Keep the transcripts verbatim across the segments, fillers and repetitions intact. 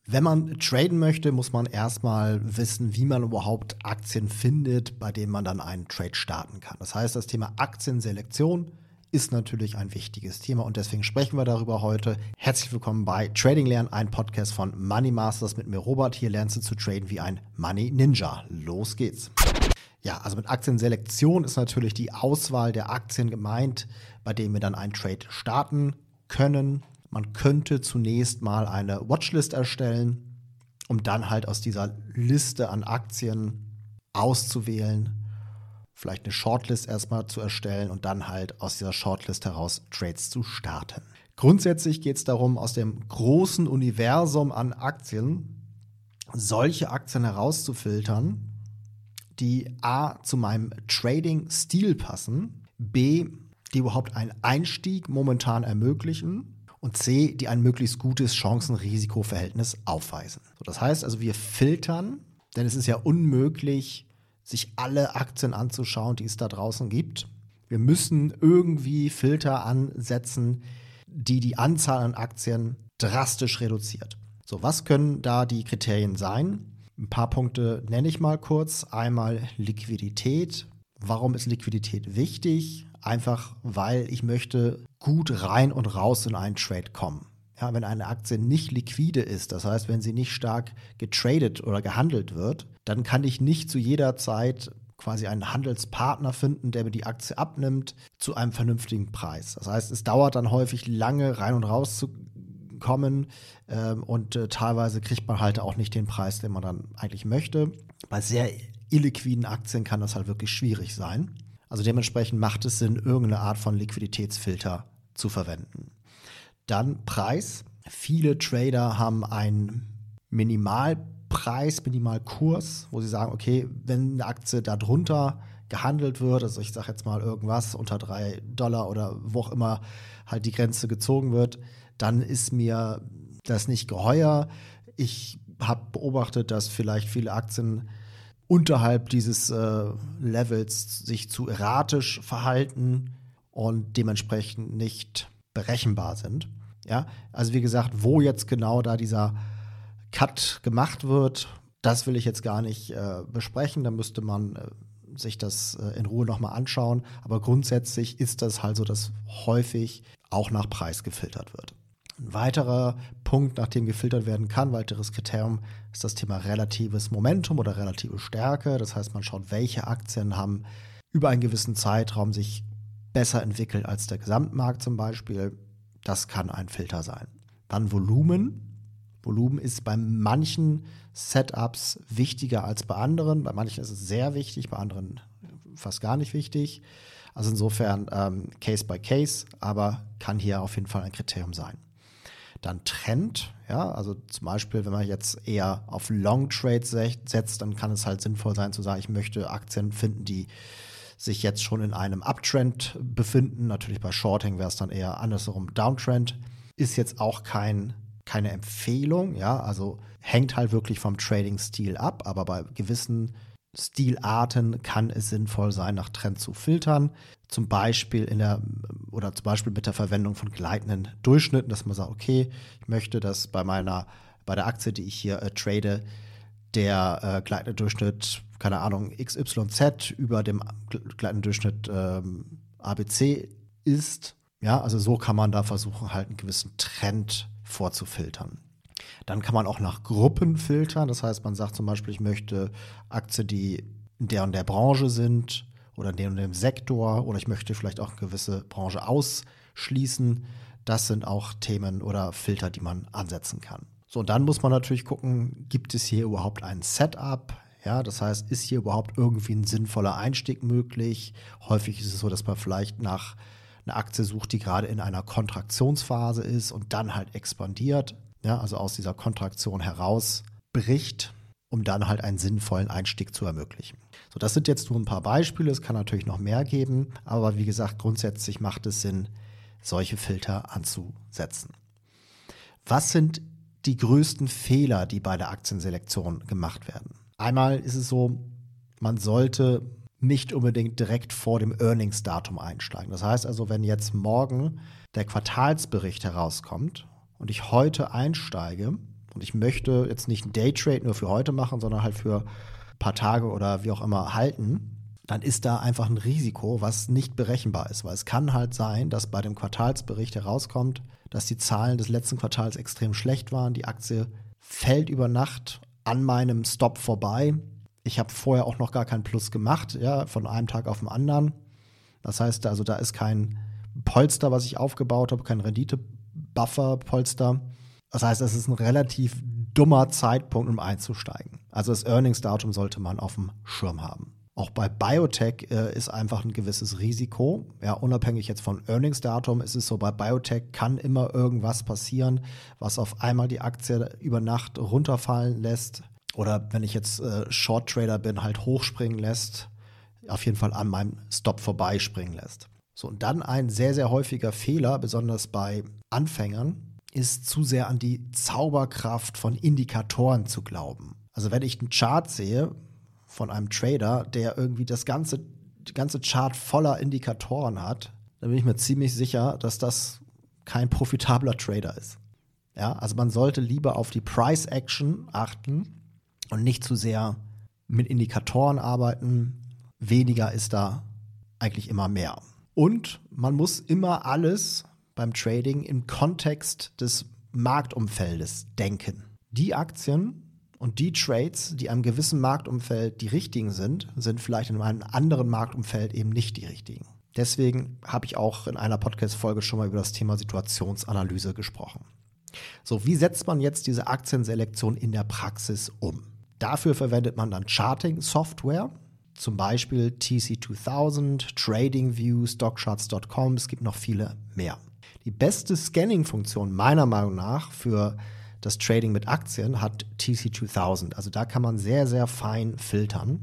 Wenn man traden möchte, muss man erstmal wissen, wie man überhaupt Aktien findet, bei denen man dann einen Trade starten kann. Das heißt, das Thema Aktienselektion ist natürlich ein wichtiges Thema und deswegen sprechen wir darüber heute. Herzlich willkommen bei Trading Lernen, ein Podcast von Money Masters mit mir Robert. Hier lernst du zu traden wie ein Money Ninja. Los geht's. Ja, also mit Aktienselektion ist natürlich die Auswahl der Aktien gemeint, bei denen wir dann einen Trade starten können. Man könnte zunächst mal eine Watchlist erstellen, um dann halt aus dieser Liste an Aktien auszuwählen, vielleicht eine Shortlist erstmal zu erstellen und dann halt aus dieser Shortlist heraus Trades zu starten. Grundsätzlich geht es darum, aus dem großen Universum an Aktien solche Aktien herauszufiltern, die a. zu meinem Trading-Stil passen, b. die überhaupt einen Einstieg momentan ermöglichen und C, die ein möglichst gutes Chancen-Risiko-Verhältnis aufweisen. So, das heißt also, wir filtern, denn es ist ja unmöglich, sich alle Aktien anzuschauen, die es da draußen gibt. Wir müssen irgendwie Filter ansetzen, die die Anzahl an Aktien drastisch reduziert. So, was können da die Kriterien sein? Ein paar Punkte nenne ich mal kurz. Einmal Liquidität. Warum ist Liquidität wichtig? Einfach, weil ich möchte gut rein und raus in einen Trade kommen. Ja, wenn eine Aktie nicht liquide ist, das heißt, wenn sie nicht stark getradet oder gehandelt wird, dann kann ich nicht zu jeder Zeit quasi einen Handelspartner finden, der mir die Aktie abnimmt zu einem vernünftigen Preis. Das heißt, es dauert dann häufig lange rein und raus zu kommen ähm, und äh, teilweise kriegt man halt auch nicht den Preis, den man dann eigentlich möchte. Bei sehr illiquiden Aktien kann das halt wirklich schwierig sein. Also dementsprechend macht es Sinn, irgendeine Art von Liquiditätsfilter zu verwenden. Dann Preis. Viele Trader haben einen Minimalpreis, Minimalkurs, wo sie sagen, okay, wenn eine Aktie da drunter gehandelt wird, also ich sage jetzt mal irgendwas unter drei Dollar oder wo auch immer halt die Grenze gezogen wird, dann ist mir das nicht geheuer. Ich habe beobachtet, dass vielleicht viele Aktien unterhalb dieses äh, Levels sich zu erratisch verhalten und dementsprechend nicht berechenbar sind. Ja, also wie gesagt, wo jetzt genau da dieser Cut gemacht wird, das will ich jetzt gar nicht äh, besprechen. Da müsste man äh, sich das äh, in Ruhe nochmal anschauen. Aber grundsätzlich ist das halt so, dass häufig auch nach Preis gefiltert wird. Ein weiterer Punkt, nach dem gefiltert werden kann, weiteres Kriterium, ist das Thema relatives Momentum oder relative Stärke. Das heißt, man schaut, welche Aktien haben über einen gewissen Zeitraum sich besser entwickelt als der Gesamtmarkt zum Beispiel. Das kann ein Filter sein. Dann Volumen. Volumen ist bei manchen Setups wichtiger als bei anderen. Bei manchen ist es sehr wichtig, bei anderen fast gar nicht wichtig. Also insofern ähm, Case by Case, aber kann hier auf jeden Fall ein Kriterium sein. Dann Trend, ja, also zum Beispiel, wenn man jetzt eher auf Long Trades setzt, dann kann es halt sinnvoll sein zu sagen, ich möchte Aktien finden, die sich jetzt schon in einem Uptrend befinden. Natürlich bei Shorting wäre es dann eher andersherum Downtrend. Ist jetzt auch kein, keine Empfehlung, ja, also hängt halt wirklich vom Trading-Stil ab, aber bei gewissen Stilarten kann es sinnvoll sein, nach Trend zu filtern. Zum Beispiel in der oder zum Beispiel mit der Verwendung von gleitenden Durchschnitten, dass man sagt, okay, ich möchte, dass bei meiner, bei der Aktie, die ich hier äh, trade, der äh, gleitende Durchschnitt, keine Ahnung, X Y Z über dem gleitenden Durchschnitt ähm, A B C ist. Ja, also so kann man da versuchen, halt einen gewissen Trend vorzufiltern. Dann kann man auch nach Gruppen filtern. Das heißt, man sagt zum Beispiel, ich möchte Aktien, die in der und der Branche sind oder in dem und dem Sektor oder ich möchte vielleicht auch eine gewisse Branche ausschließen. Das sind auch Themen oder Filter, die man ansetzen kann. So, und dann muss man natürlich gucken, gibt es hier überhaupt ein Setup? Ja, das heißt, ist hier überhaupt irgendwie ein sinnvoller Einstieg möglich? Häufig ist es so, dass man vielleicht nach einer Aktie sucht, die gerade in einer Kontraktionsphase ist und dann halt expandiert. Ja, also aus dieser Kontraktion herausbricht, um dann halt einen sinnvollen Einstieg zu ermöglichen. So, das sind jetzt nur ein paar Beispiele, es kann natürlich noch mehr geben, aber wie gesagt, grundsätzlich macht es Sinn, solche Filter anzusetzen. Was sind die größten Fehler, die bei der Aktienselektion gemacht werden? Einmal ist es so, man sollte nicht unbedingt direkt vor dem Earnings-Datum einsteigen. Das heißt also, wenn jetzt morgen der Quartalsbericht herauskommt und ich heute einsteige, und ich möchte jetzt nicht einen Daytrade nur für heute machen, sondern halt für ein paar Tage oder wie auch immer halten, dann ist da einfach ein Risiko, was nicht berechenbar ist. Weil es kann halt sein, dass bei dem Quartalsbericht herauskommt, dass die Zahlen des letzten Quartals extrem schlecht waren. Die Aktie fällt über Nacht an meinem Stop vorbei. Ich habe vorher auch noch gar keinen Plus gemacht, ja, von einem Tag auf den anderen. Das heißt, also da ist kein Polster, was ich aufgebaut habe, kein Rendite-Buffer-Polster. Das heißt, es ist ein relativ dummer Zeitpunkt, um einzusteigen. Also das Earnings-Datum sollte man auf dem Schirm haben. Auch bei Biotech äh, ist einfach ein gewisses Risiko. Ja, unabhängig jetzt vom Earnings-Datum ist es so, bei Biotech kann immer irgendwas passieren, was auf einmal die Aktie über Nacht runterfallen lässt. Oder wenn ich jetzt äh, Short-Trader bin, halt hochspringen lässt, auf jeden Fall an meinem Stop vorbeispringen lässt. So, und dann ein sehr, sehr häufiger Fehler, besonders bei Anfängern, ist zu sehr an die Zauberkraft von Indikatoren zu glauben. Also wenn ich einen Chart sehe von einem Trader, der irgendwie das ganze, die ganze Chart voller Indikatoren hat, dann bin ich mir ziemlich sicher, dass das kein profitabler Trader ist. Ja, also man sollte lieber auf die Price Action achten und nicht zu sehr mit Indikatoren arbeiten. Weniger ist da eigentlich immer mehr. Und man muss immer alles beim Trading im Kontext des Marktumfeldes denken. Die Aktien und die Trades, die einem gewissen Marktumfeld die richtigen sind, sind vielleicht in einem anderen Marktumfeld eben nicht die richtigen. Deswegen habe ich auch in einer Podcast-Folge schon mal über das Thema Situationsanalyse gesprochen. So, wie setzt man jetzt diese Aktienselektion in der Praxis um? Dafür verwendet man dann Charting-Software, zum Beispiel T C zweitausend, TradingView, Stockcharts Punkt com, es gibt noch viele mehr. Die beste Scanning-Funktion meiner Meinung nach für das Trading mit Aktien hat T C zweitausend. Also da kann man sehr, sehr fein filtern.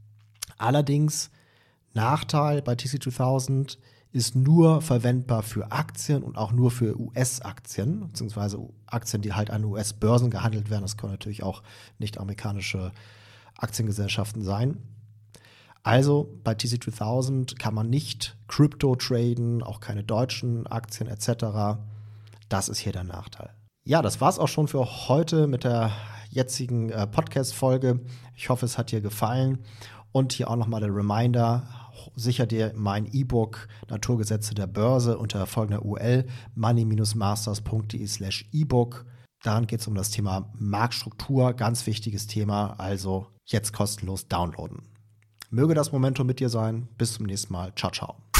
Allerdings, Nachteil bei T C zweitausend ist nur verwendbar für Aktien und auch nur für U S-Aktien, beziehungsweise Aktien, die halt an U S-Börsen gehandelt werden. Das können natürlich auch nicht-amerikanische Aktiengesellschaften sein. Also bei T C zweitausend kann man nicht Krypto traden, auch keine deutschen Aktien et cetera. Das ist hier der Nachteil. Ja, das war's auch schon für heute mit der jetzigen äh, Podcast-Folge. Ich hoffe, es hat dir gefallen. Und hier auch nochmal der Reminder, sicher dir mein E-Book Naturgesetze der Börse unter folgender U R L money-masters.de slash E-Book. Daran geht es um das Thema Marktstruktur, ganz wichtiges Thema, also jetzt kostenlos downloaden. Möge das Momentum mit dir sein. Bis zum nächsten Mal. Ciao, ciao.